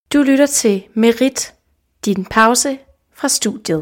Du lytter til Merit, din pause fra studiet.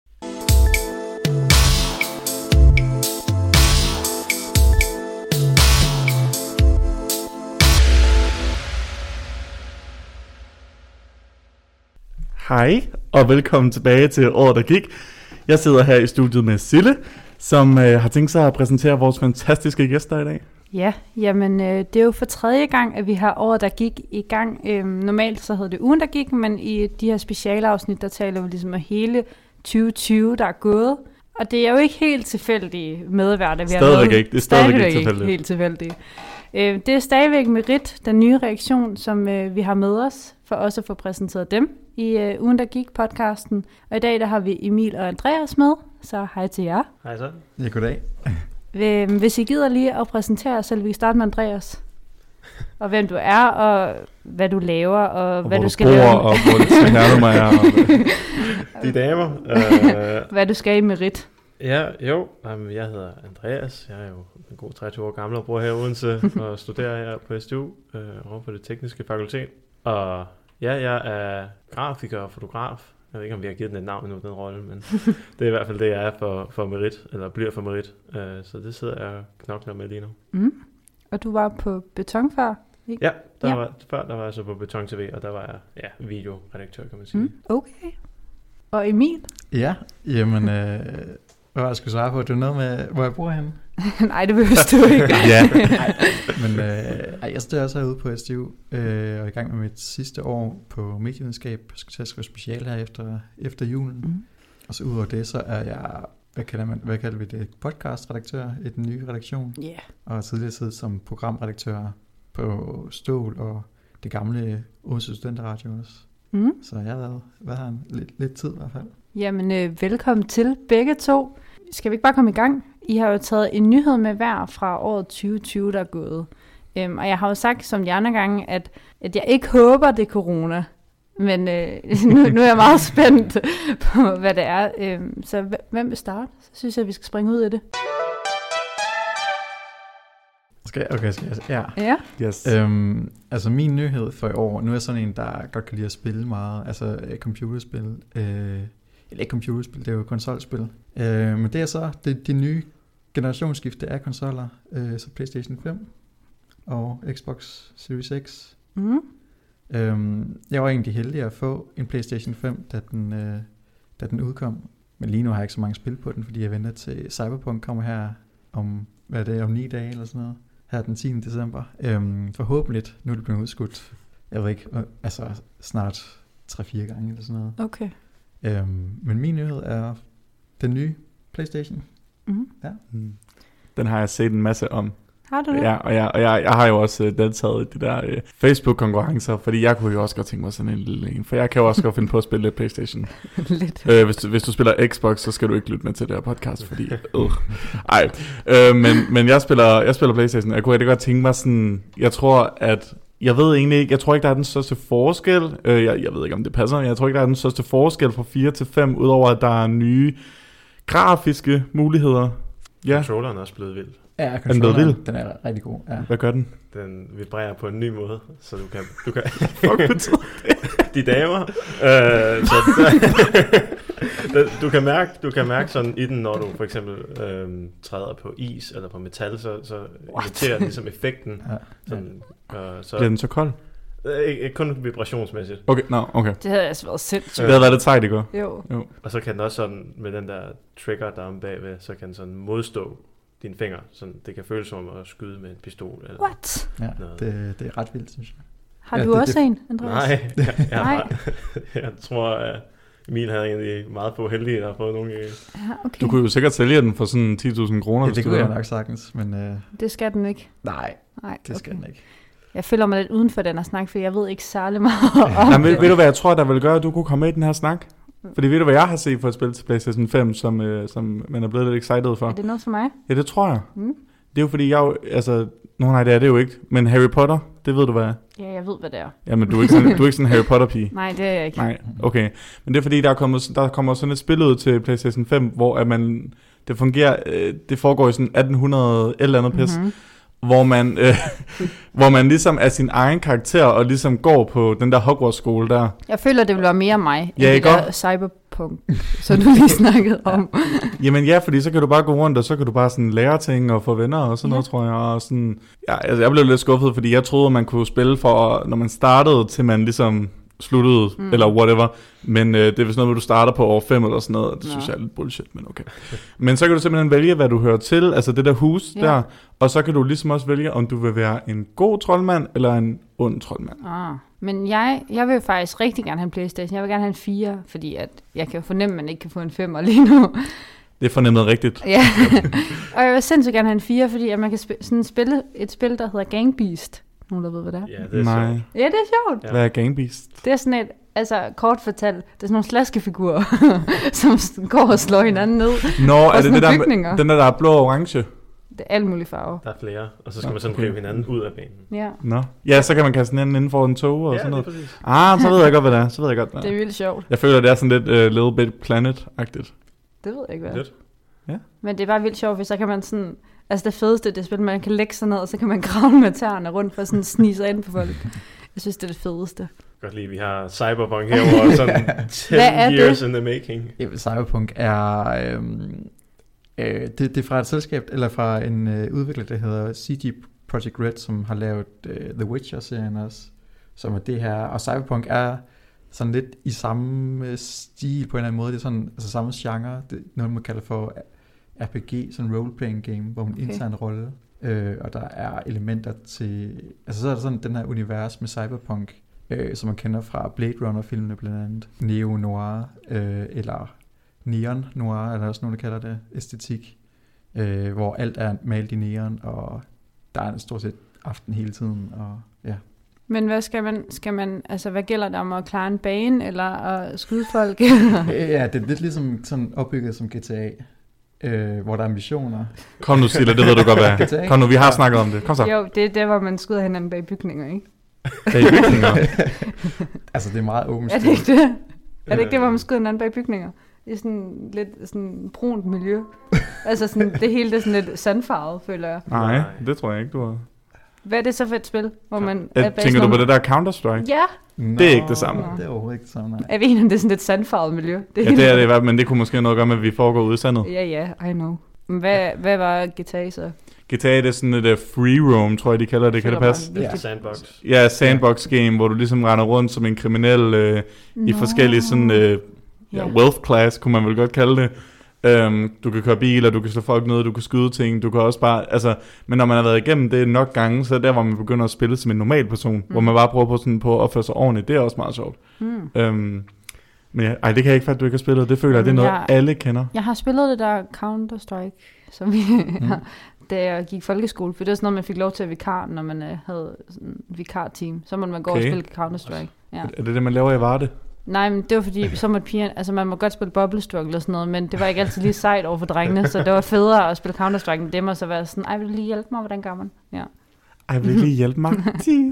Hej, og velkommen tilbage til Året, der gik. Jeg sidder her i studiet med Sille, som har tænkt sig at præsentere vores fantastiske gæster i dag. Ja, jamen det er jo for tredje gang, at vi har Året, der gik i gang. Normalt så hedder det Ugen, der gik, men i de her specialafsnit, der taler vi ligesom om hele 2020, der er gået. Og det er jo ikke helt tilfældige medværter, vi har med. Det er stadigvæk ikke tilfældigt. Helt tilfældigt. Det er stadigvæk Merit, den nye reaktion, som vi har med os, for også at få præsenteret dem i Ugen, der gik podcasten. Og i dag der har vi Emil og Andreas med, så hej til jer. Hej så. Ja, goddag. Hvis I gider lige at præsentere jer selv, vi starte med Andreas. Og hvem du er, og hvad du laver, og hvad du skal lave. Og hvor du nærmer mig er. De damer. Hvad du skal i Merit. Ja, jo. Jeg hedder Andreas. Jeg er jo en god 23 år gammel og bor her i Odense og studerer her på SDU over på det tekniske fakultet. Og ja, jeg er grafiker og fotograf. Jeg ved ikke, om vi har givet den et navn endnu, den rolle, men det er i hvert fald det, jeg er for Merit, eller bliver for Merit. Så det sidder jeg og knokler med lige nu. Mm. Og du var på Beton før, ikke? Ja, før der var jeg så på Beton TV, og der var jeg videoredaktør, kan man sige. Okay. Og Emil? Ja, jamen, hvad jeg skulle svare på? Det er noget med, hvor jeg bor henne? Nej, det behøver du ikke. Ja. Men jeg står også herude på SDU, og er i gang med mit sidste år på medievidenskab. Jeg skal til at skrive special her efter julen. Mm. Og så udover det, så er jeg, hvad kalder vi det, podcastredaktør i den nye redaktion. Yeah. Og tidligere siddet som programredaktør på Stål og det gamle Odense Studenterradio også. Mm. Så jeg har været her lidt tid i hvert fald. Jamen, velkommen til begge to. Skal vi ikke bare komme i gang? I har jo taget en nyhed med hver fra året 2020, der er gået. Og jeg har jo sagt som de andre gange, at jeg ikke håber, det er corona. Men nu er jeg meget spændt på, hvad det er. Så hvem vil starte? Så synes jeg, vi skal springe ud i det. Skal jeg? Ja. Yes. Altså min nyhed for i år, nu er jeg sådan en, der godt kan lide at spille meget, altså computerspil. Eller ikke computerspil, det er jo konsolspil. Men det er så det nye generationsskifte af konsoller, så PlayStation 5 og Xbox Series X. Mm. Jeg var egentlig heldig at få en PlayStation 5, da den udkom. Men lige nu har jeg ikke så mange spil på den, fordi jeg venter til Cyberpunk kommer her om 9 dage eller sådan noget. Her den 10. december. Forhåbentlig, nu er det blevet udskudt, jeg ved ikke, altså snart 3-4 gange eller sådan noget. Okay. Men min nyhed er den nye PlayStation. Mm-hmm. Ja. Den har jeg set en masse om. Har du det? Ja, og jeg har jo også deltaget i de der Facebook-konkurrencer, fordi jeg kunne jo også godt tænke mig sådan en lille en, for jeg kan jo også godt finde på at spille lidt PlayStation. Lidt. Hvis du spiller Xbox, så skal du ikke lytte med til det her podcast, fordi men jeg spiller PlayStation. Jeg kunne rigtig godt tænke mig sådan, jeg tror ikke, der er den største forskel. Jeg ved ikke, om det passer, men jeg tror ikke, der er den største forskel fra 4 til 5, udover at der er nye grafiske muligheder. Ja. Controlleren er også blevet vild. Ja, controlleren, den er rigtig god. Ja. Hvad gør den? Den vibrerer på en ny måde, så du kan Fuck betyder de damer. Du kan mærke sådan i den, når du for eksempel træder på is eller på metal, så imiterer den ligesom effekten. Ja. Sådan, så bliver den så kold? Ikke kun vibrationsmæssigt. Okay. Det havde altså været sindssygt. Det havde været lidt sejt, det går. Jo. Og så kan den også sådan, med den der trigger der om bagved, så kan den sådan modstå dine fingre, så det kan føles som at skyde med en pistol. Eller What? Ja, det er ret vildt, synes jeg. Har du også en, Andreas? Nej, jeg tror, at Emil havde egentlig meget få heldige, der har fået nogle. Ja, okay. Du kunne jo sikkert sælge den for sådan 10.000 kroner. Ja, det kunne jeg nok sagtens, men... Det skal den ikke. Nej, det skal den ikke. Jeg føler mig lidt uden for den her snak, for jeg ved ikke særlig meget om det. Ved du hvad jeg tror, der vil gøre, at du kunne komme med i den her snak? Fordi ved du hvad jeg har set for et spil til PlayStation 5, som man er blevet lidt excited for? Er det noget for mig? Ja, det tror jeg. Det er jo fordi jeg nej, det er det jo ikke. Men Harry Potter, det ved du hvad er? Ja, jeg ved hvad det er. Jamen du er ikke sådan en Harry Potter pige. Nej, det er jeg ikke. Nej, okay. Men det er fordi der kommer sådan et spil ud til PlayStation 5, hvor at det fungerer, det foregår i sådan 1800 eller andet pis. hvor man ligesom er sin egen karakter, og ligesom går på den der Hogwarts-skole der. Jeg føler, det vil være mere mig, Ja, end det ikke der cyberpunk, som du lige snakkede om. Jamen ja, fordi så kan du bare gå rundt, og så kan du bare sådan lære ting og få venner og sådan noget, tror jeg. Og sådan, ja, altså jeg blev lidt skuffet, fordi jeg troede, man kunne spille for, når man startede, til man ligesom sluttede, eller whatever. Men det er vist noget, hvor du starter på år 5 eller sådan noget, og det synes jeg er lidt bullshit, men okay. Men så kan du simpelthen vælge, hvad du hører til, altså det der hus der, og så kan du ligesom også vælge, om du vil være en god troldmand, eller en ond troldmand. Men jeg vil faktisk rigtig gerne have en PlayStation. Jeg vil gerne have en 4, fordi at jeg kan jo fornemme, at man ikke kan få en 5'er lige nu. Det er fornemmet rigtigt. Ja, og jeg vil sindssygt gerne have en 4, fordi at man kan spille et spil, der hedder Gang Beast. Nogen, der ved, hvad det er? Ja, det er Nej. sjovt. Ja, det er sjovt. Ja. Hvad er Gang Beast? Det er sådan et, altså kort fortalt, det er sådan nogle slaskefigurer, som går og slår hinanden ned. Nå, er det sådan det der, bygninger. den der er blå og orange? Det er alle mulige farver. Der er flere, og så skal man sådan rive hinanden ud af banen. Ja, Nå. Ja, så kan man kaste den inden for en tog og sådan noget. det er præcis. Så ved jeg godt, hvad det er. Så ved jeg godt, hvad det er vildt sjovt. Jeg føler, det er sådan lidt Little Bit Planet-agtigt. Det ved jeg ikke, hvad. Lidt. Ja. Men det er bare vildt sjovt, hvis så kan man sådan... Altså det fedeste, det er spil, man kan lægge sig ned, og så kan man grave med tæerne rundt for sådan at snige sig ind på folk. Jeg synes, det er det fedeste. Godt lige, vi har Cyberpunk herovre, sådan 10 years in the making. Cyberpunk er... det er fra et selskab, eller fra en udvikler, der hedder CG Projekt Red, som har lavet The Witcher-serien også, som er det her. Og Cyberpunk er sådan lidt i samme stil på en eller anden måde. Det er sådan, altså samme genre. Det er noget, man kalder for RPG, sådan role-playing game, hvor man indtager en rolle. Og der er elementer til... Altså så er der sådan den her univers med Cyberpunk, som man kender fra Blade Runner-filmene blandt andet. Neo-noir, eller neon noir, er der også nogen, der kalder det, æstetik, hvor alt er malet i neon, og der er en stort set aften hele tiden, og ja. Men hvad skal man, altså hvad gælder der om at klare en bane, eller at skyde folk? Ja, det er lidt ligesom sådan opbygget som GTA, hvor der er missioner. Kom nu, Silla, det ved du godt, hvad. Kom nu, vi har snakket om det. Kom så. Jo, det er der, hvor man skyder hinanden bag bygninger, ikke? Bag bygninger? Altså, det er meget åbent. Er det ikke det? Er det ikke det, hvor man skyder hinanden bag bygninger? I sådan lidt sådan brunt miljø. Altså sådan, det hele det er sådan lidt sandfarvet, føler jeg. Nej, det tror jeg ikke, du har. Hvad er det så for et spil, hvor man... Tænker du på det der Counter-Strike? Ja. Nå, Det er ikke det samme. Det er overhovedet ikke det samme, nej. Jeg ved ikke, om det er sådan et sandfarvet miljø. Ja, det er det i hvert fald, men det kunne måske noget at gøre med, at vi foregår ude i sandet. Ja, I know. Men hvad var GTA så? GTA, det er sådan et free roam, tror jeg, de kalder det. Kan det passe? Ja. Sandbox. Ja, sandbox game, hvor du ligesom render rundt som en kriminel i forskellige sådan, wealth class, kunne man vel godt kalde det. Du kan køre biler, du kan slå folk ned, du kan skyde ting, du kan også bare, altså, men når man har været igennem det nok gange, så er der, hvor man begynder at spille som en normal person, hvor man bare prøver på, sådan, på at opføre sig ordentligt, det er også meget sjovt. Men ja, det kan jeg ikke fatte, du ikke har spillet, det føler jeg, det er noget, alle kender. Jeg har spillet det der Counter-Strike, som vi da jeg gik i folkeskole, for det var sådan noget, man fik lov til at vikar, når man havde sådan en vikarteam, så måtte man gå og spille Counter-Strike. Ja. Er det det, man laver i Varde? Nej, men det var fordi, så måtte pigerne, altså man må godt spille Bubble Struggle og sådan noget, men det var ikke altid lige sejt over for drengene, så det var federe at spille Counter-Strike med dem, og så være sådan, ej, vil du lige hjælpe mig, hvordan gør man? Ja. Ej, vil du lige hjælpe mig?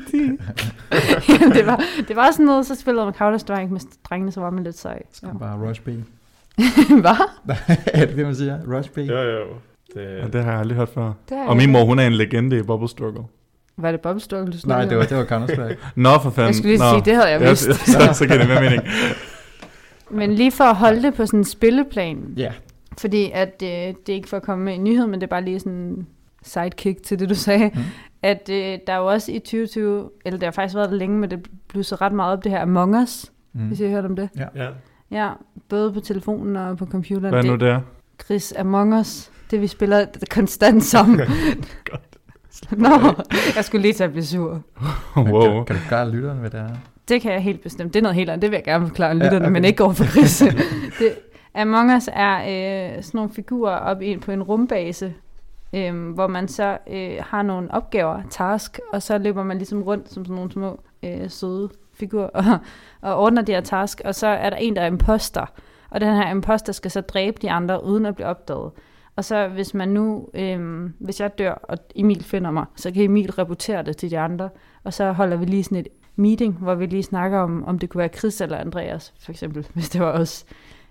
Ja, det var sådan noget, så spillede man Counter-Strike med drengene, så var man lidt sej. Skal man bare Rush B? Hvad? Er det det, man siger? Rush B? Jo. Det har jeg aldrig hørt før. Og min mor, hun er en legende i Bubble Struggle. Var det Bubble Struggle, du Nej, snakkede det var Counter-Strike. Nå, for fanden. Jeg skulle lige sige, det havde jeg vidst. Så giver det mere mening. Men lige for at holde det på sådan en spilleplan, Ja. fordi at det er ikke for at komme med en nyhed, men det er bare lige sådan en sidekick til det, du sagde, at der er jo også i 2020, eller det har faktisk været der længe, men det blusser ret meget op, det her Among Us, hvis I har hørt om det. Ja, både på telefonen og på computeren. Hvad er nu det? Chris, Among Us, det vi spiller konstant sammen. Nå, jeg skulle lige til at blive sur. Wow. Kan du forklare lytterne, hvad det er? Det kan jeg helt bestemt. Det er noget helt andet. Det vil jeg gerne forklare lytterne, men ikke over for Chris. Among Us er sådan nogle figurer op på en rumbase, hvor man så har nogle opgaver, task, og så løber man ligesom rundt som sådan nogle små søde figurer og ordner de her task, og så er der en, der er imposter, og den her imposter skal så dræbe de andre uden at blive opdaget. Og så hvis man nu, hvis jeg dør, og Emil finder mig, så kan Emil rapportere det til de andre, og så holder vi lige sådan et meeting, hvor vi lige snakker om det kunne være Chris eller Andreas, for eksempel, hvis det var os.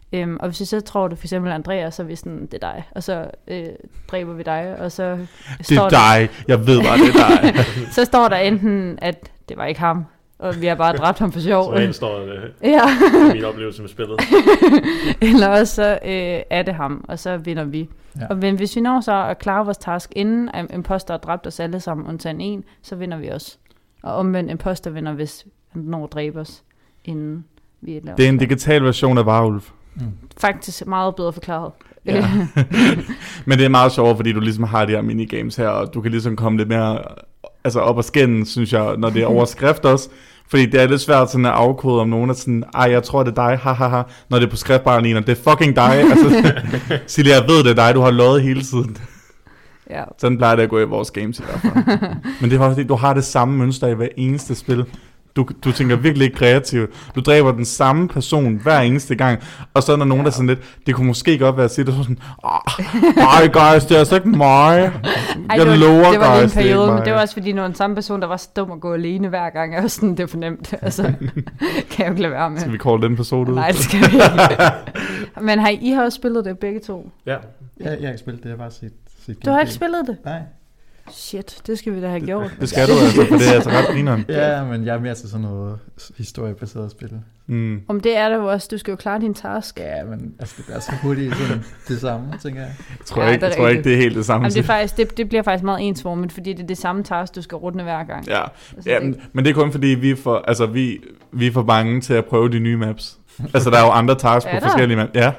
Og hvis vi så tror, det for eksempel Andreas, så er vi sådan, det er dig. Og så dræber vi dig, og så Det er dig. Jeg ved bare, det er dig. så står der enten, at det var ikke ham, og vi har bare dræbt ham for sjov. Så en står det Ja. min oplevelse med spillet. Eller også så er det ham, og så vinder vi. Ja. Og hvis vi når så at klare vores task, inden imposter har dræbt os alle sammen, undtagen en, så vinder vi også. Og omvendt imposter vinder, hvis han når at dræbe os, inden vi laver. Det er en digital version af Varulv. Faktisk meget bedre forklaret. Ja. Men det er meget sjovt, fordi du ligesom har de her minigames her, og du kan ligesom komme lidt mere op og skænde, synes jeg, når det er overskrift også. Fordi det er lidt svært sådan at afkode, om nogen er sådan, jeg tror det er dig, hahaha, når det er på skrift bare ligner, det er fucking dig. Silje, jeg ved det er dig, du har løjet hele tiden. Ja. Sådan plejer det at gå i vores games i hvert fald. Men det er fordi, du har det samme mønster i hver eneste spil. Du tænker virkelig ikke kreativt. Du dræber den samme person hver eneste gang. Og så er der nogen, der sådan lidt, det kunne måske godt være at sige, der sådan, nej guys, det er altså ikke mig. Jeg lover, det var guys, lige en periode, men mig. det var også fordi, når en samme person, der var så dum at gå alene hver gang, jeg var sådan, det er for nemt. Altså, kan jeg jo ikke lade være med. Skal vi call den person ud? Nej, det skal vi ikke. Men I har også spillet det begge to? Ja. Jeg har ikke spillet det, jeg har bare set Du har gameplay. ikke spillet det? Nej. Shit, det skal vi da have gjort. Det skal du altså, for det er altså ret grineren. Ja, men jeg er mere til sådan noget historiebaseret spil. Om det er det jo også, du skal jo klare din task. Ja, men altså, det er så hurtigt sådan det samme, tænker jeg. Jeg tror ikke, det er helt det samme. Jamen, det, er faktisk, det bliver faktisk meget ensformet, fordi det er det samme task, du skal runde hver gang. Ja, Altså, ja men det er kun fordi, vi er for bange til at prøve de nye maps. Altså, der er jo andre tasks på forskellige maps. Ja.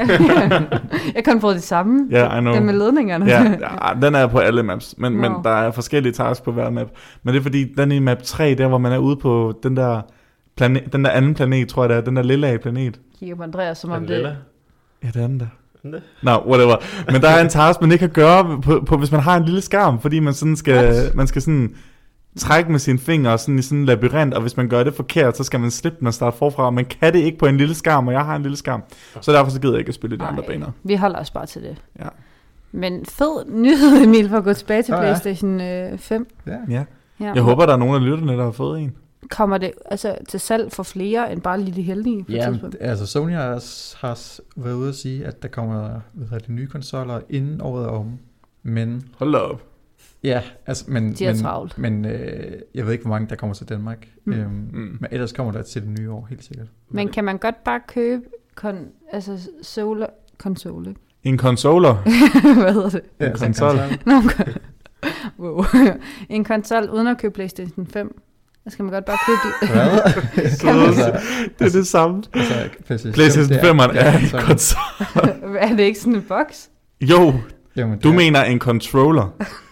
Jeg kan få det samme. Ja, I know. Den med ledningerne. Ja, den er på alle maps, men der er forskellige tasks på hver map. Men det er fordi, den i map 3, der hvor man er ude på den der anden planet, tror jeg det er, den der lille planet. Kigger på Andreas, som om det... Ja, det er den der. Nå, whatever. Men der er en task, man ikke kan gøre på hvis man har en lille skærm, fordi man sådan skal sådan trække med sine fingre sådan i sådan en labyrint, og hvis man gør det forkert, så skal man slippe den og starte forfra, og man kan det ikke på en lille skærm, og jeg har en lille skærm. Så derfor så gider jeg ikke at spille de andre baner. Vi holder os bare til det. Ja. Men fed nyhed, Emil, for at gå tilbage til PlayStation 5. Ja. Jeg håber, der er nogen af lytterne, der har fået en. Kommer det altså til salg for flere end bare lige de heldige? Ja, altså Sony har været ude at sige, at der kommer de nye konsoller inden året er om. Men hold op. Ja, altså, men jeg ved ikke, hvor mange der kommer til Danmark. Men ellers kommer der til det nye år, helt sikkert. Men kan man godt bare købe konsole? En consoler? Hvad hedder det? En konsol. Wow. En konsol uden at købe PlayStation 5? Så skal man godt bare købe det. Hvad? Det er det samme. Altså, PlayStation 5 er en konsol. Er det ikke sådan en boks? Jo, du mener en controller.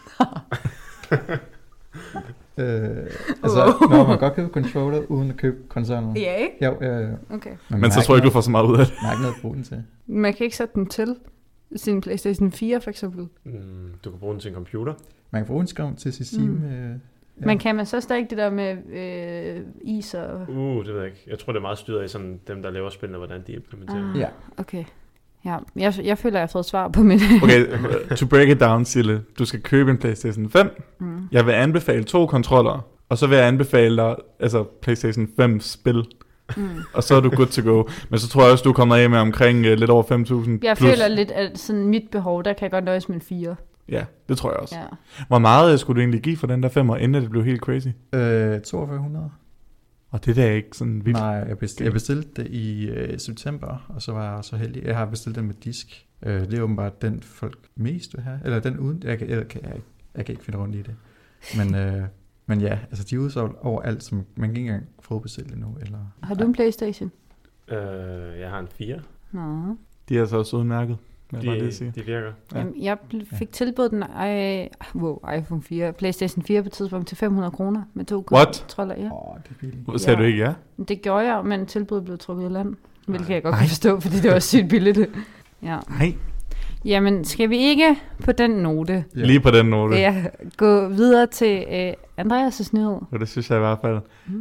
Altså, når man godt købe controller uden at købe konsollen. Ja, ikke? Jo, okay. Men så tror jeg ikke, du får så meget ud af det. Man har ikke noget at bruge den til. Man kan ikke sætte den til sin PlayStation 4, for eksempel. Du kan bruge den til en computer. Man kan bruge den til sin Steam. Ja. Men kan man så stadig det der med is og... Det ved jeg ikke. Jeg tror, det er meget styret i sådan dem, der laver spillene, hvordan de implementerer. Ja. Okay. Ja, jeg føler, jeg har fået svar på mit... Okay, to break it down, Sille. Du skal købe en PlayStation 5. Jeg vil anbefale 2 kontrollere. Og så vil jeg anbefale dig PlayStation 5 spil. Og så er du good to go. Men så tror jeg også, du kommer af med omkring lidt over 5.000. Jeg føler lidt, at sådan mit behov, der kan jeg godt nøjes med en 4. Ja, det tror jeg også. Ja. Hvor meget skulle du egentlig give for den der 5'er, inden det blev helt crazy? 4200. Og det der er ikke sådan vildt. Nej, jeg bestilte det i september, og så var jeg så heldig. Jeg har bestilt den med disk. Det er åbenbart den folk mest vil have. Eller den uden. Jeg kan ikke finde rundt i det. Men ja, altså de er udsolgt overalt, så man kan ikke engang forudbestille det nu. Eller, har du en PlayStation? Jeg har en 4. Nå. De er så også udmærket. De virker. Ja. Jamen, jeg fik tilbudt den iPhone 4, PlayStation 4 på et tidspunkt til 500 kroner med 2 kontroller. Ja. Det er billigt. Hvor sagde du ikke ja? Det gjorde jeg, men tilbuddet blev trukket i land. Hvilket jeg godt kan forstå, fordi det var sygt billigt. Ja. Nej. Jamen, skal vi ikke på den note? Ja. Lige på den note. Ja, gå videre til Andreas' nyhed. Og det synes jeg i hvert fald.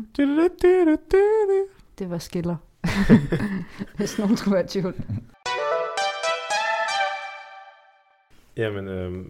Det var skiller. Hvis nogen skulle være tvivl. Jamen,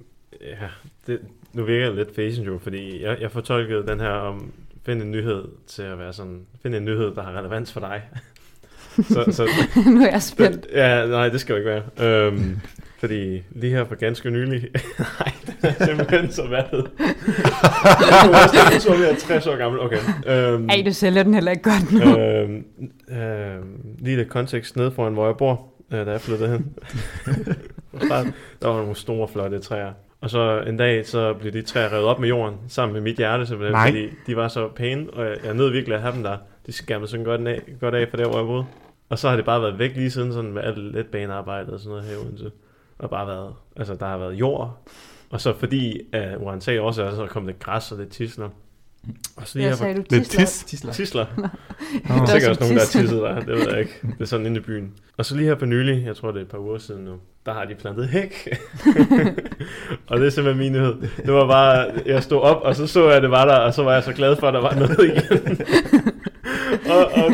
nu virker jeg lidt facing jo, fordi jeg fortolkede den her om, find en nyhed til at være sådan, find en nyhed, der har relevans for dig. så Nu er jeg spændt. Ja, nej, det skal jo ikke være. Fordi lige her for ganske nylig... nej, det er simpelthen så vattet. Jeg tror, vi er 60 år gammel. Okay. Ej, du sælger den heller ikke godt nu. Lige lidt kontekst nede foran, hvor jeg bor, da jeg flyttede hen. Der var nogle store, flotte træer. Og så en dag, så blev de træer revet op med jorden, sammen med mit hjerte, simpelthen, fordi de var så pæne, og jeg nød virkelig at have dem der. De skærmede sådan godt af for der, hvor jeg boede. Og så har det bare været væk lige siden, sådan med alt letbanearbejdet og sådan noget her Odense. Og bare været, altså der har været jord, og så fordi af uransagelige årsager, så er der kommet lidt græs og lidt tisler. Og så lige Jeg sagde du Lidt tisler. tisler. Det Der er sikkert også nogen, der er tisler. tisset der, det ved jeg ikke. Det er sådan inde i byen. Og så lige her for nylig, jeg tror det er et par uger siden nu, der har de plantet hæk. Og det er simpelthen min nyhed. Det var bare, jeg stod op, og så jeg, det var der, og så var jeg så glad for, at der var noget igen. og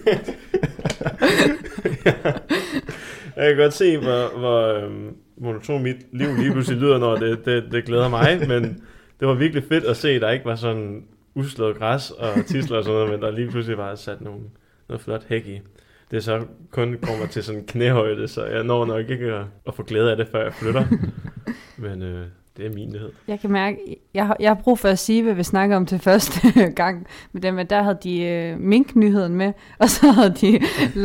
jeg kan godt se, hvor monoton mit liv lige pludselig lyder, når det glæder mig, men det var virkelig fedt at se, at der ikke var sådan uslået græs og tisler og sådan noget, men der lige pludselig var sat noget flot hæk i. Det er så kun kommer til sådan knæhøjde, så jeg når nok ikke at få glæde af det, før jeg flytter. Men det er min nyhed. Jeg kan mærke, jeg har brug for at sige, hvad vi snakker om til første gang med dem, at der havde de Mink-nyheden med, og så havde de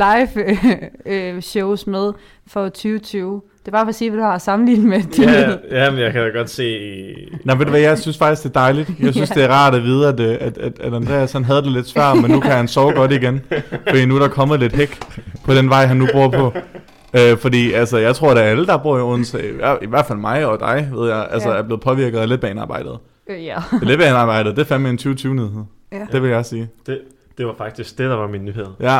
live shows med for 2020. Det er bare for at sige, hvad du har sammenlignet med de nyheder. Ja, men jeg kan da godt se... Nå, ved du hvad, jeg synes faktisk, det er dejligt. Jeg synes, det er rart at vide, at Andreas han havde det lidt svært, men nu kan han sove godt igen. Fordi nu er der kommet lidt hæk på den vej, han nu bor på. Fordi altså, jeg tror, at alle, der bor i Odense, i hvert fald mig og dig, ved jeg, altså, er blevet påvirket af letbanearbejdet. Ja. Letbanearbejdet, det er fandme en 2020-nyhed. Ja. Det vil jeg sige. Det var faktisk det, der var min nyhed. Ja.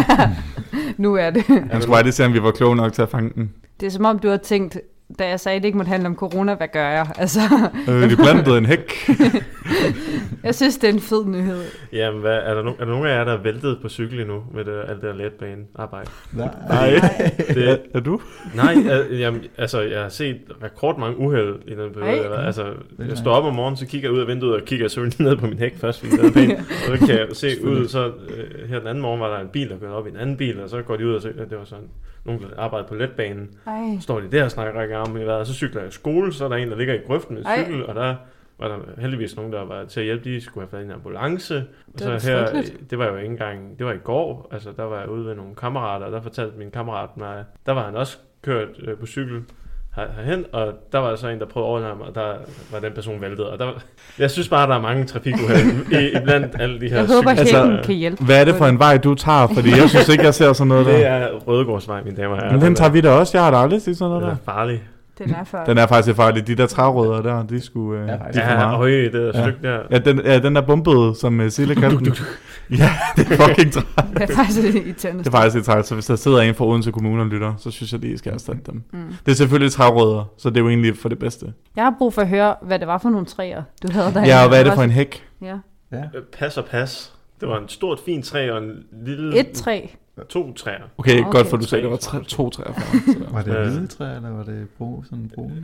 Nu er det. Jeg skulle bare se, om vi var kloge nok til at fange den. Det er som om, du har tænkt, da jeg sagde, at det ikke måtte handle om corona, hvad gør jeg? Altså, Vi plantede en hæk. jeg synes, det er en fed nyhed. Jamen, er der nogen af jer, der er væltet på cykel endnu med alt det der letbanearbejde? Nej. Er du? Nej, altså jeg har set rekordmange uheld i den periode. Altså, jeg står op om morgenen, så kigger jeg ud af vinduet og kigger selvfølgelig ned på min hæk først, fordi den er pæn. Og så kan jeg se ud, så her den anden morgen var der en bil, der kørte op i en anden bil, og så går de ud og så det var sådan nogen, der arbejder på letbanen. Ej. Står de der og snakker om i vejret, og så cykler jeg i skole, så er der en, der ligger i grøften med cykel, og der var der heldigvis nogen, der var til at hjælpe, de skulle have fået en ambulance. Og så her, det var jo ikke engang, det var i går, altså der var jeg ude ved nogle kammerater, og der fortalte min kammerat mig, der var han også kørt på cykel herhen, og der var så en, der prøvede over ham, og der var den person væltet. Og jeg synes bare, der er mange trafikuheld blandt alle de her jeg håber, cyklister. hækken kan hjælpe. Hvad er det for en vej, du tager? Fordi jeg synes ikke, jeg ser sådan noget der. Det er Rødegårdsvej, mine damer og herrer. Men den tager vi da også. Jeg har da aldrig set sådan noget Den der. er farlig. Den er faktisk farlig. De der trærødder der, de skulle... de er for meget. Høje, det der stykke der. Ja, den der bumpede, som Sille kaldte den. Ja, det er fucking træt. Det er faktisk irriterende. Det er faktisk lidt træt, så hvis der sidder en fra Odense Kommune og lytter, så synes jeg, de skal erstatte dem. Det er selvfølgelig trærødder, så det er jo egentlig for det bedste. Jeg har brug for at høre, hvad det var for nogle træer, du havde der. Ja, og hvad er det for en hæk? Ja. Pas og pas. Det var en stort, fint træ og en lille... Et træ. 2 træer. Okay, godt for du sagde, det var 2 træer. Var det hvide træer, eller var det sådan brune?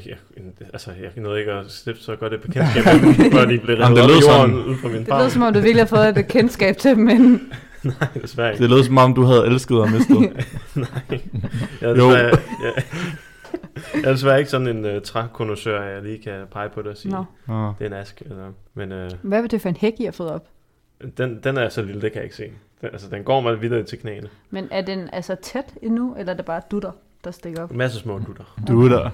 Jeg nåede ikke at stifte så godt et bekendtskab, før de blev reddet op i jorden ud fra min far. Det lød som om, du virkelig har fået et bekendtskab til dem, men... Nej, desværre ikke. Det lød som om, du havde elsket og mistet. Nej. Jeg er desværre ikke sådan en trækonnoisseur, jeg lige kan pege på det og sige, det er en ask. Men, hvad var det for en hæk, I har fået op? Den er så lille, det kan jeg ikke se. Den går mig videre til knæene. Men er den altså tæt endnu, eller er det bare dutter, der stikker op? En masse små dutter. Dutter.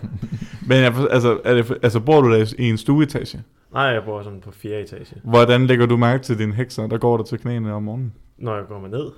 Men bor du der i en stueetage? Nej, jeg bor sådan på 4. etage. Hvordan lægger du mærke til dine hekser, der går der til knæene om morgenen? Når jeg går mig ned.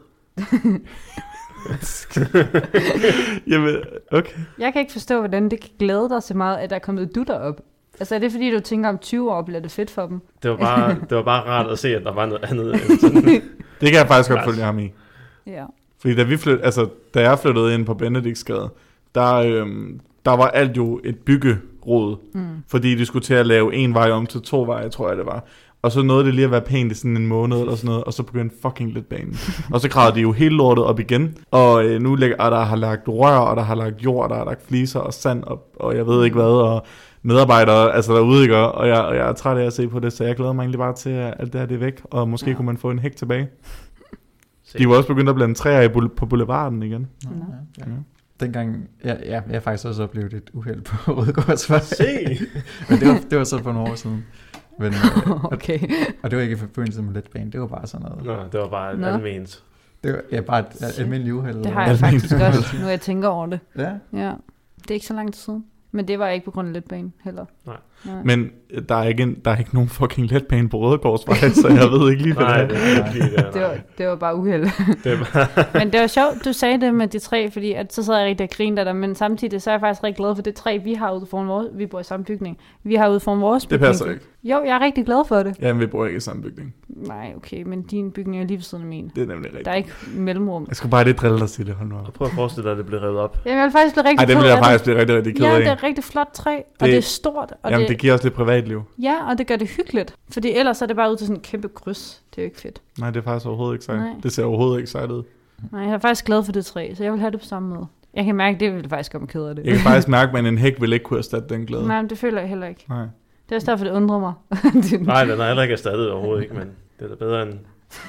Jamen, okay. Jeg kan ikke forstå, hvordan det kan glæde dig så meget, at der er kommet dutter op. Altså er det fordi, du tænker om 20 år bliver det fedt for dem? Det var bare rart at se, at der var noget andet end sådan. Det kan jeg faktisk godt følge ham i. Ja. Fordi da jeg flyttede ind på Benediktsgade, der var alt jo et byggerod. Fordi de skulle til at lave en vej om til 2 veje, tror jeg det var. Og så nåede det lige at være pænt i sådan en måned eller sådan noget, og så begyndte fucking lidt banen. Og så gravede de jo hele lortet op igen, og nu og der har lagt rør, og der har lagt jord, der har lagt fliser og sand, og jeg ved ikke hvad, og medarbejdere, altså derude, ikke? Og jeg er træt af at se på det, så jeg glæder mig egentlig bare til, at alt det her det er væk, og måske kunne man få en hæk tilbage. De var også begyndt at blande træer på boulevarden igen. Nå, ja. Dengang, jeg har faktisk også oplevet et uheld på Rødgårdsvej. Se! Men det var så for nogle år siden. Men, Okay. og det var ikke i forbindelse med letbane, det var bare sådan noget. Nå, det var bare Nå. alment. Det var bare et almindeligt uheld. Det har jeg faktisk også, nu jeg tænker over det. Ja. Ja, det er ikke så lang tid siden. Men det var ikke på grund af letbanen heller. Nej. Men der er ikke nogen fucking letbane på Rødegårdsvej, så jeg ved ikke lige, hvad Nej, det det er. er ikke lige det. Det var bare uheld. Det er bare... Men det var sjovt, du sagde det med de træ, fordi at så sad jeg rigtig og grinede af dig, men samtidig så er jeg faktisk rigtig glad for det træ, vi har ude foran vores, vi bor i samme bygning. Vi har ude foran vores Det bygning. passer ikke. Jo, jeg er rigtig glad for det. Jamen, vi bor ikke i samme bygning. Nej, okay, men din bygning er lige ved siden af min. Det er nemlig rigtigt. Der er ikke mellemrum. Jeg skulle bare lidt drille dig til det, hold nu op. Og prøv at forestille dig, at det bliver revet op. Jamen, jeg vil faktisk blive rigtig Ej, det ked vil jeg af faktisk blive rigtig, rigtig ked Ja, af. det er et rigtig flot træ, og det er stort. Og Jamen, det giver os lidt privatliv. Ja, og det gør det hyggeligt. Fordi ellers er det bare ud til sådan en kæmpe kryds. Det er jo ikke fedt. Nej, det er faktisk overhovedet ikke sejt. Nej. Det ser overhovedet ikke sejt ud. Nej, jeg er faktisk glad for det træ, så jeg vil have det på samme måde. Jeg kan mærke, det vil faktisk gøre mig ked af det. Jeg kan faktisk mærke, at en hæk vil ikke kunne erstatte den glæde. Nej, men det føler jeg heller ikke. Nej. Det er også derfor, det undrer mig. Nej, den er heller ikke erstattet overhovedet ikke, men det er da bedre end...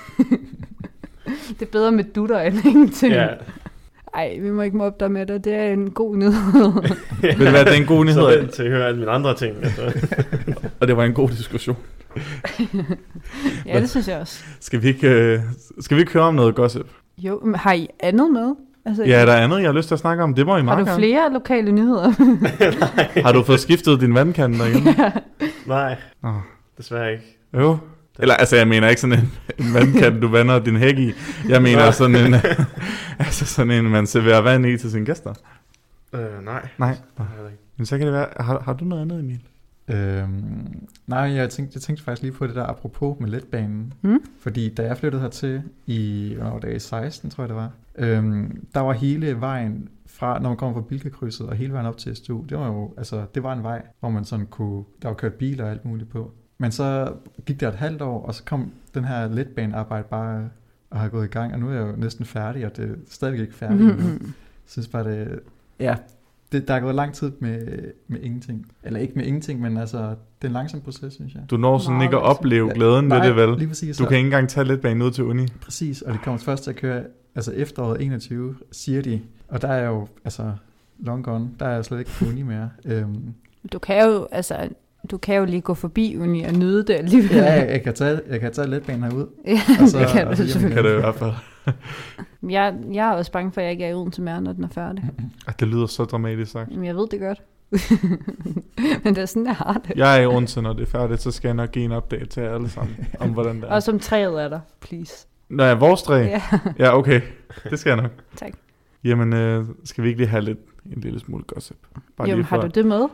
Det er bedre med dutter end ingenting. Ja, Ej, vi må ikke mobbe dig med det. Det er en god nyhed. Ved du hvad, det er en god så nyhed. vent til at høre alle mine andre ting. Altså. Og det var en god diskussion. Ja, det synes jeg også. Skal vi ikke høre om noget gossip? Jo, men har I andet med? Altså, Ja, der er andet, jeg har lyst til at snakke om. Det må I har meget du gerne. flere lokale nyheder? Har du fået skiftet din vandkande derhjemme? Nej, Åh. desværre ikke. Jo. Eller altså, jeg mener ikke sådan en vandkande, du vander din hæk i. Jeg mener sådan en, altså sådan en, man serverer vand i til sine gæster. Nej. Nej. Det har jeg ikke. Men så kan det være, har du noget andet, Emil? Nej, jeg tænkte faktisk lige på det der apropos med letbanen. Fordi da jeg flyttede hertil i, hvornår var det, i 16, tror jeg det var, der var hele vejen fra, når man kommer fra Bilkakrydset og hele vejen op til SDU, det var jo, altså, det var en vej, hvor man sådan kunne, der var kørt biler og alt muligt på. Men så gik der et halvt år, og så kom den her letbanearbejde bare og har gået i gang, og nu er jeg jo næsten færdig, og det er stadigvæk ikke færdigt. Jeg synes bare, der er gået lang tid med ingenting. Eller ikke med ingenting, men altså, det er en langsom proces, synes jeg. Du når sådan Meget ikke at opleve glæden ved Nej, det, vel? lige præcis. Du kan ikke engang tage letbanen ud til uni. Præcis, og det kommer først til at køre, altså efteråret 21, siger de. Og der er jo, altså, long gone, der er jeg slet ikke på uni mere. Du kan jo lige gå forbi uni og nyde det alligevel. Ja, jeg kan tage letbanen herud. Ja, Og så- det kan og du så selvfølgelig. Kan det i hvert fald. Jeg er også bange for, at jeg ikke er i Odense mere, når den er færdig. Det lyder så dramatisk sagt. Jamen, jeg ved det godt. Men det er sådan, jeg har det. Jeg er i Odense, når det er færdigt, så skal jeg nok give en update til jer alle sammen, om hvordan det er. Og som træet er der, please. Nå ja, vores træ? Ja, Ja, okay. Det skal jeg nok. tak. Jamen, skal vi ikke lige have en lille smule gossip? Bare Jo, lige har du det med?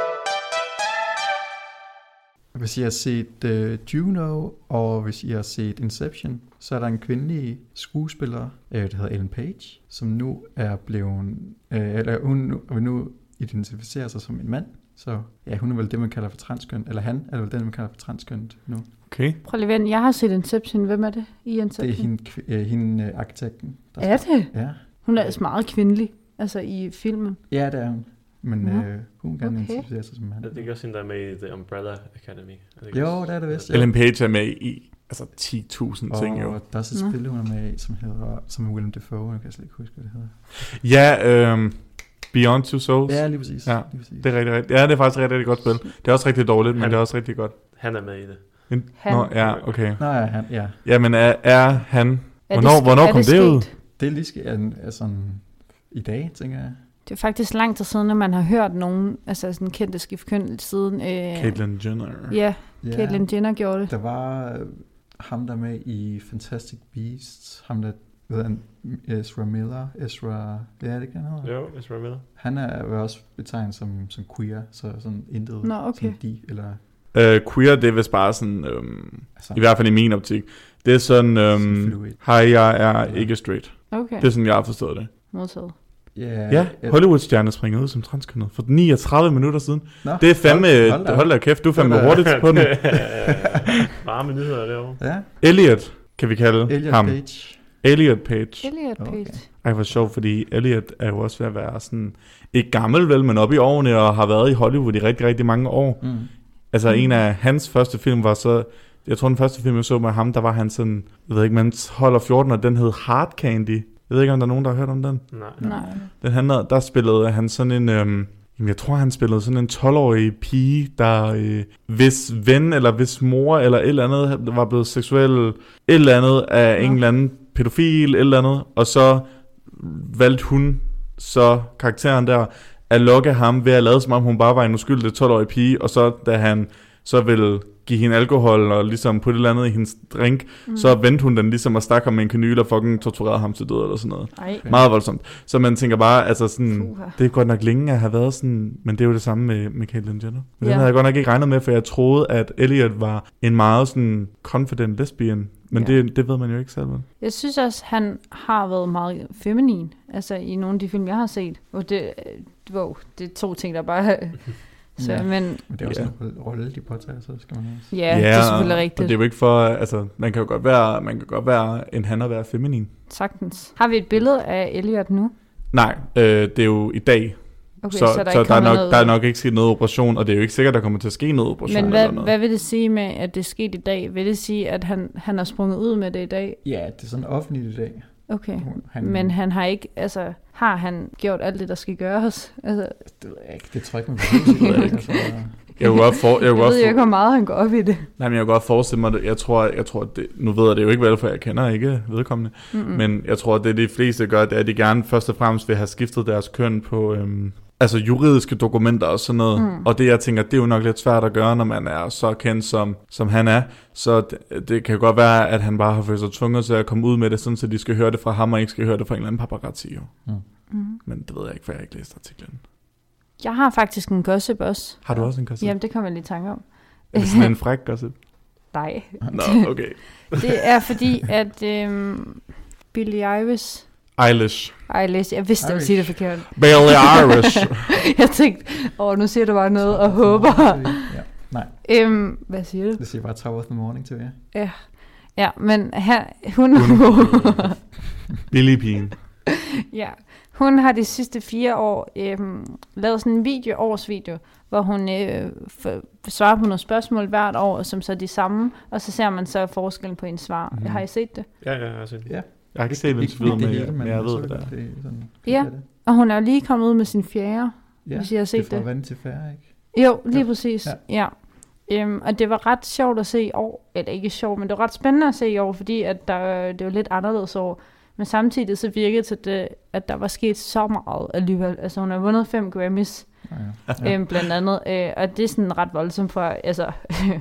Hvis I har set Juno, og hvis I har set Inception, så er der en kvindelig skuespiller, der hedder Ellen Page, som nu er blevet, eller hun vil nu identificere sig som en mand. Så ja, hun er vel det, man kalder for transkøn, eller han er vel den, man kalder for transkøn nu. Okay. Prøv lige at vente. Jeg har set Inception. Hvem er det i Inception? Det er hende arkitekten. Der Er det? Ja. Hun er altså meget kvindelig, altså i filmen. Ja, det er hun. Men Nå. hun kan Okay. identificere sig som mand. Er det ikke også hende, der er med i The Umbrella Academy? Jo, det er det vist. Ellen Page er med i 10.000 ting, jo. Og der er så et spil, hun er med i, som er Willem Dafoe. Jeg kan slet ikke huske, hvad det hedder. Ja, Beyond Two Souls. Ja, lige præcis. Ja, lige præcis. Det er rigtig. Ja, det er faktisk et rigtig, rigtig godt spil. Det er også rigtig dårligt, men det er også rigtig godt. Han er med i det. Han. Nå, ja, okay. Nå ja, han, ja. Jamen, er han... Er Hvornår er kom det sket? ud? Det er lige er sådan i dag, tænker jeg. Det er faktisk lang tid siden, at man har hørt nogen, altså sådan kendte skiftkøn siden... Caitlyn Jenner. Ja, Ja, Caitlyn Jenner gjorde det. der var ham, der med i Fantastic Beasts. Ham, der ved han, Ezra Miller. Ja, det kan han hedde. Jo, Ezra Miller. Han er jo også betegnet som queer, så sådan intet Nå, okay. sådan de, eller... Queer, det er vist bare sådan... Altså, I hvert fald i min optik. Det er sådan... fluid. Hej, jeg er ikke straight. Okay, Det er sådan, jeg har forstået det. modtaget. Ja, Hollywood-stjerne springer ud som transkønnet for 39 minutter siden. Nå, Det er fandme... hold da. Hold da kæft, du er fandme Hold da. hurtigt på den. Varme nyheder derovre. Ja, Elliot, kan vi kalde Elliot ham. Page. Elliot Page. Elliot Okay. Page. Ej, hvor sjovt, fordi Elliot er jo også ved at være sådan... Ikke gammel vel, men oppe i årene, og har været i Hollywood i rigtig, rigtig mange år. Mm. Altså, en af hans første film var så jeg tror den første film, jeg så med ham, der var han sådan, jeg ved ikke, man holder 14, og den hed Hard Candy. Jeg ved ikke, om der er nogen, der har hørt om den. Nej. Den handler, der spillede han sådan en, jeg tror, han spillede sådan en 12-årig pige, der hvis ven eller hvis mor eller et eller andet var blevet seksuel et eller andet af en eller anden pædofil, et eller andet, og så valgte hun så karakteren der at lokke ham ved at lade som om hun bare var en uskyldig 12-årig pige, og så da han så ville give hende alkohol og ligesom putte et eller andet i hendes drink, så vendte hun den ligesom og stak ham med en kanyl og fucking torturerede ham til død eller sådan noget. Ej. Meget voldsomt. Så man tænker bare, altså sådan, det er godt nok længe at have været sådan, men det er jo det samme med Caitlyn Jenner. Men den havde jeg godt nok ikke regnet med, for jeg troede, at Elliot var en meget sådan confident lesbian, men det ved man jo ikke selv. Jeg synes også, han har været meget feminin, altså i nogle af de film, jeg har set. Og det er 2 ting, der bare... Så, men det er også en rolle, de påtager sig, skal man også. Ja, det er selvfølgelig rigtigt. Og det er jo ikke for, altså, man kan godt være en han og være feminin. Sagtens. Har vi et billede af Elliot nu? Nej, det er jo i dag. Okay, så der er nok ikke sket noget operation, og det er jo ikke sikkert, der kommer til at ske noget operation. Men hvad vil det sige med, at det er sket i dag? Vil det sige, at han har sprunget ud med det i dag? Ja, det er sådan offentligt i dag. Okay, men han har ikke, altså, har han gjort alt det, der skal gøres? Altså, det ved jeg ikke, det tror jeg ikke, man kan Jeg ved ikke, hvor meget han går op i det. Nej, men jeg kan godt forestille mig det. Jeg tror det, nu ved jeg det jo ikke vel, for jeg kender ikke vedkommende. Men jeg tror, at det de fleste gør, det er, at de gerne først og fremmest vil have skiftet deres køn på altså juridiske dokumenter og sådan noget. Og det, jeg tænker, det er jo nok lidt svært at gøre, når man er så kendt, som han er. Så det kan godt være, at han bare har følt sig tvunget til at komme ud med det, sådan så de skal høre det fra ham, og ikke skal høre det fra en eller anden paparazzi. Men det ved jeg ikke, for jeg har ikke læst artiklen. Jeg har faktisk en gossip også. Har du også en gossip? Jamen, det kommer jeg lige i tanke om. Er det sådan en fræk gossip? Nej. Nå, okay. Det er fordi, at Billie Eilish, jeg vidste, at jeg sige det forkert. Billie Eilish. Jeg tænkte, nu siger du bare noget og håber. Nej. Hvad siger du? Det siger bare top of the morning til jer. Ja, men hun Billie Pigen. Ja, hun har de sidste 4 år lavet sådan en årsvideo, hvor hun svarer på nogle spørgsmål hvert år, som så er de samme, og så ser man så forskellen på hendes svar. Har I set det? Ja, jeg har set det. Ja. Jeg har ikke set det, men jeg ved det der. Ja, og hun er lige kommet ud med sin 4. hvis jeg har set det. Det er fra vand til færre, ikke? Jo, lige præcis. Ja. Og det var ret sjovt at se i år, eller ikke sjovt, men det var ret spændende at se i år, fordi at det var lidt anderledes år. Men samtidig så virkede til det, at der var sket så meget alligevel. Altså hun har vundet 5 Grammys, blandt andet. Og det er sådan ret voldsomt for, altså,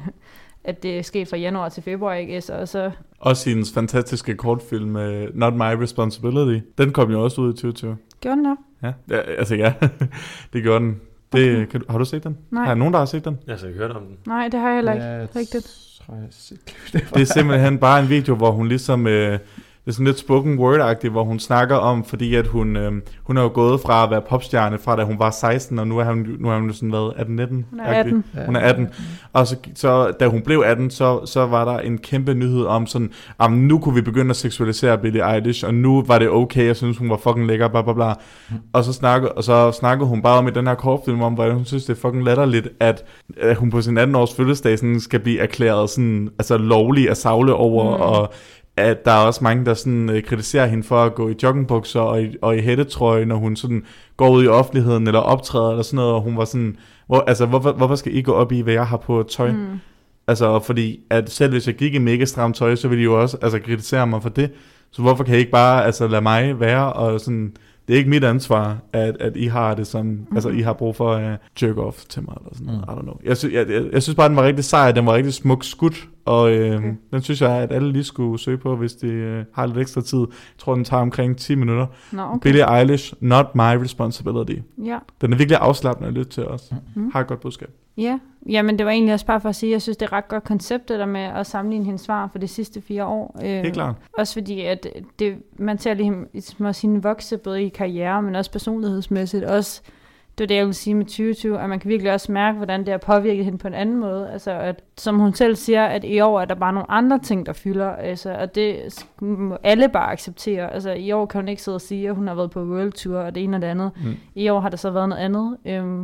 at det er sket fra januar til februar, ikke? Så også hendes fantastiske kortfilm, Not My Responsibility. Den kom jo også ud i 2020. Gjorde den der? Ja, det gjorde den. Okay. Har du set den? Nej. Har nogen, der har set den? Jeg har ikke hørt om den. Nej, det har jeg heller ikke. Rigtigt. Det er simpelthen bare en video, hvor hun ligesom... det er sådan lidt spoken word-agtigt, hvor hun snakker om, fordi at hun er jo gået fra at være popstjerne, fra da hun var 16, og nu er hun sådan været 18-19. Hun er 18. Hun er 18. Og så da hun blev 18, så var der en kæmpe nyhed om sådan, nu kunne vi begynde at seksualisere Billie Eilish, og nu var det okay, jeg synes hun var fucking lækker, bla bla bla. Og så snakkede hun bare om i den her kortfilm om, hvordan hun synes det er fucking latterligt, at hun på sin 18-års fødselsdag sådan skal blive erklæret sådan, altså lovlig at savle over, og at der er også mange, der sådan kritiserer hende for at gå i joggingbukser og i hættetrøje, når hun sådan går ud i offentligheden eller optræder eller sådan noget, og hun var sådan, hvorfor skal I gå op i, hvad jeg har på tøj? Altså, fordi at selv hvis jeg gik i mega stramt tøj, så ville I jo også kritisere mig for det. Så hvorfor kan I ikke bare lade mig være, og sådan, det er ikke mit ansvar, at I har det som, altså I har brug for at jerk off til mig, eller sådan noget, I don't know. Jeg synes bare, den var rigtig sej, den var rigtig smuk skudt, og den synes jeg, at alle lige skulle søge på, hvis de har lidt ekstra tid. Jeg tror, den tager omkring 10 minutter. Okay. Billie Eilish, Not My Responsibility. Ja. Den er virkelig afslappende at lytte til os. Har et godt budskab. Ja, men det var egentlig også bare for at sige, at jeg synes, det er ret godt koncept, det der med at sammenligne hendes svar for de sidste 4 år. Helt klart. Også fordi, at man ser lige hende vokse, både i karriere, men også personlighedsmæssigt. Også, det er det, jeg vil sige med 2020, at man kan virkelig også mærke, hvordan det har påvirket hende på en anden måde. Altså, at, som hun selv siger, at i år er der bare nogle andre ting, der fylder. Altså, og det må alle bare acceptere. Altså, i år kan hun ikke sidde og sige, at hun har været på World Tour og det ene og det andet. I år har der så været noget andet. Og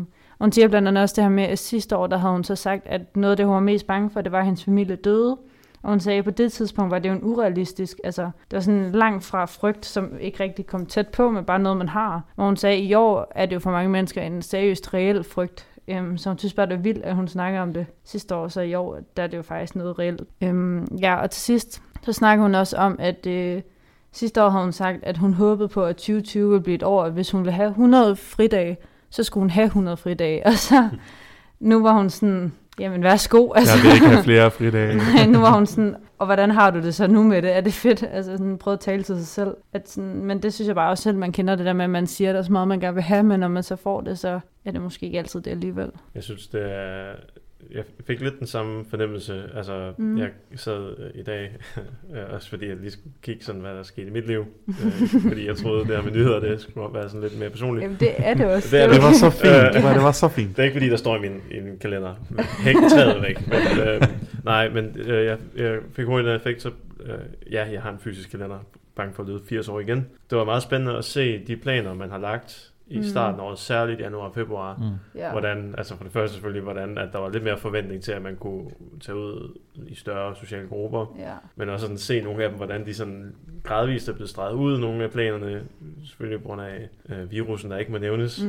Hun siger blandt andet også det her med, at sidste år, der havde hun så sagt, at noget af det, hun var mest bange for, det var, at hendes familie døde. Og hun sagde, at på det tidspunkt var det jo en urealistisk, altså det var sådan langt fra frygt, som ikke rigtig kom tæt på, men bare noget, man har. Og hun sagde, at i år er det jo for mange mennesker en seriøst reel frygt. Så hun synes bare, det er vildt, at hun snakker om det sidste år, så i år, der er det jo faktisk noget reelt. Og til sidst, så snakker hun også om, at sidste år havde hun sagt, at hun håbede på, at 2020 ville blive et år, hvis hun ville have 100 fridage, så skulle hun have 100 fridage. Og så nu var hun sådan, jamen værsgo. Altså. Jeg vil ikke have flere fridage. Nu var hun sådan, og hvordan har du det så nu med det? Er det fedt? Altså sådan, prøve at tale til sig selv. At sådan, men det synes jeg bare også selv, man kender det der med, at man siger, at der er så meget, man gerne vil have, men når man så får det, så er det måske ikke altid det alligevel. Jeg synes, det er... Jeg fik lidt den samme fornemmelse. Altså, jeg sad i dag, også fordi jeg lige skulle kigge sådan, hvad der skete i mit liv. Fordi jeg troede, det her med nyheder, det skulle være sådan lidt mere personligt. Jamen, det er det også. Det var så fint. Det var så fint. Det er ikke fordi, der står i min kalender. Hæk træet væk. Men jeg fik hurtigt en effekt, så jeg har en fysisk kalender. Bange for at lyde 80 år igen. Det var meget spændende at se de planer, man har lagt i starten af året, særligt januar og februar, hvordan, altså for det første selvfølgelig, hvordan at der var lidt mere forventning til, at man kunne tage ud i større sociale grupper, men også sådan se nogle af dem, hvordan de sådan gradvist er blevet streget ud, nogle af planerne, selvfølgelig på grund af virusen, der ikke må nævnes.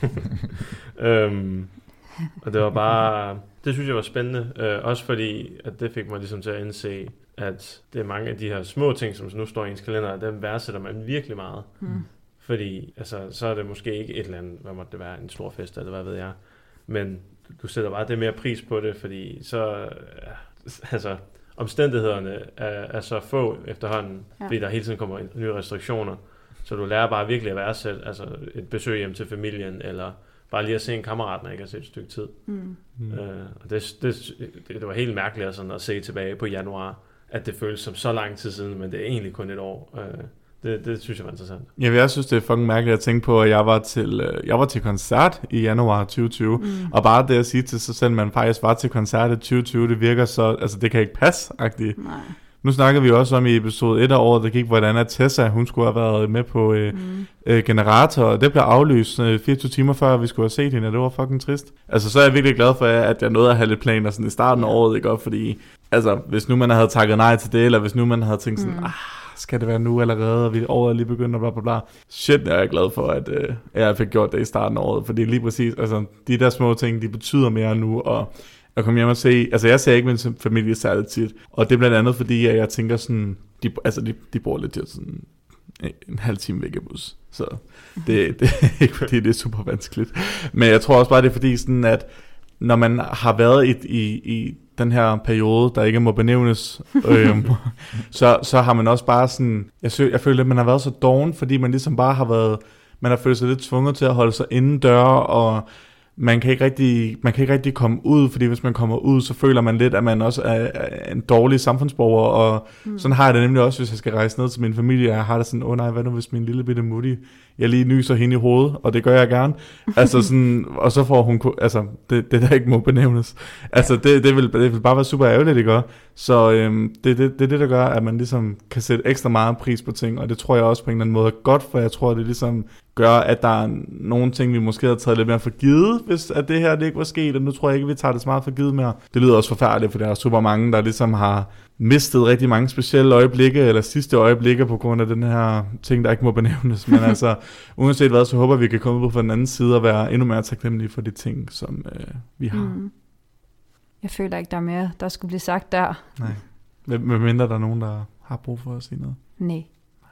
Og det var bare, det synes jeg var spændende, også fordi, at det fik mig ligesom til at indse, at det er mange af de her små ting, som nu står i ens kalender, dem værdsætter man virkelig meget. Fordi, altså, så er det måske ikke et eller andet, hvad måtte det være, en stor fest, eller hvad ved jeg. Men du sætter bare det mere pris på det, fordi så, altså, omstændighederne er så få efterhånden, fordi der hele tiden kommer nye restriktioner. Så du lærer bare virkelig at værdsætte, altså et besøg hjem til familien, eller bare lige at se en kammerat, når ikke har set et stykke tid. Og det var helt mærkeligt sådan, at se tilbage på januar, at det føles som så lang tid siden, men det er egentlig kun et år. Det synes jeg var interessant. Ja, jeg synes, det er fucking mærkeligt at tænke på, at jeg var til koncert i januar 2020, og bare det at sige til sig selv, at man faktisk var til koncert i 2020, det virker så, altså det kan ikke passe-agtigt. Nu snakker vi også om i episode 1 af året, der gik, hvordan at Tessa, hun skulle have været med på Generator, og det blev aflyst 24 timer før, vi skulle have set hende, og det var fucking trist. Altså, så er jeg virkelig glad for, at jeg nåede at have lidt planer sådan i starten af året, ikke? Fordi, altså, hvis nu man havde takket nej til det, eller hvis nu man havde tænkt sådan, skal det være nu allerede, og vi året er lige begyndt, og bla bla bla. Shit, jeg er glad for, at jeg fik gjort det i starten af året, fordi lige præcis, altså, de der små ting, de betyder mere nu, og at komme hjem og se, altså jeg ser ikke min familie særligt tit, og det er blandt andet fordi, at jeg tænker sådan, de bor lidt sådan en halv time væk af bus, så det er ikke fordi, det er super vanskeligt, men jeg tror også bare, det er fordi sådan, at når man har været i den her periode, der ikke må benævnes, så har man også bare sådan, jeg føler, at man har været så doven, fordi man ligesom bare har været, man har følt sig lidt tvunget til at holde sig indendør, og man kan ikke rigtig komme ud, fordi hvis man kommer ud, så føler man lidt, at man også er en dårlig samfundsborger, og sådan har jeg det nemlig også, hvis jeg skal rejse ned til min familie, og jeg har det sådan, nej, hvad nu hvis min lille bitte mutti, jeg lige nyser hende i hovedet, og det gør jeg gerne, altså sådan, og så får hun, altså, det der ikke må benævnes, altså det vil bare være super ærgerligt, det gør, så det er det, der gør, at man ligesom kan sætte ekstra meget pris på ting, og det tror jeg også på en eller anden måde er godt, for jeg tror, det ligesom gør, at der er nogle ting, vi måske havde taget lidt mere for givet, hvis at det her det ikke var sket, og nu tror jeg ikke, vi tager det så meget for givet mere. Det lyder også forfærdeligt, for der er super mange, der ligesom har mistet rigtig mange specielle øjeblikke, eller sidste øjeblikke på grund af den her ting, der ikke må benævnes. Men altså, uanset hvad, så håber vi kan komme ud på den anden side og være endnu mere taknemmelige for de ting, som vi har. Jeg føler ikke, der er mere, der skulle blive sagt der. Nej. Med mindre der er nogen, der har brug for at sige noget. Nej.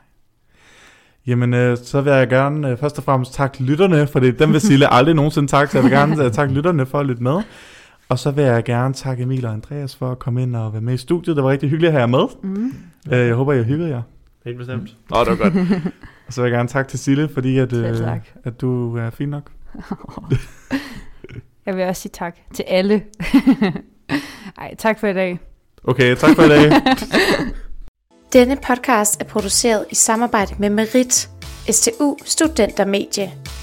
Jamen, så vil jeg gerne først og fremmest takke lytterne, for dem vil Sille aldrig nogensinde takke, så jeg vil gerne takke lytterne for at lytte med. Og så vil jeg gerne takke Emil og Andreas for at komme ind og være med i studiet. Det var rigtig hyggeligt at have jer med. Jeg håber, I hyggede jer. Helt bestemt. Det var godt. Og så vil jeg gerne takke til Sille, fordi at du er fin nok. Jeg vil også sige tak til alle. Ej, tak for i dag. Okay, tak for i dag. Denne podcast er produceret i samarbejde med Merit, STU Studentermedie.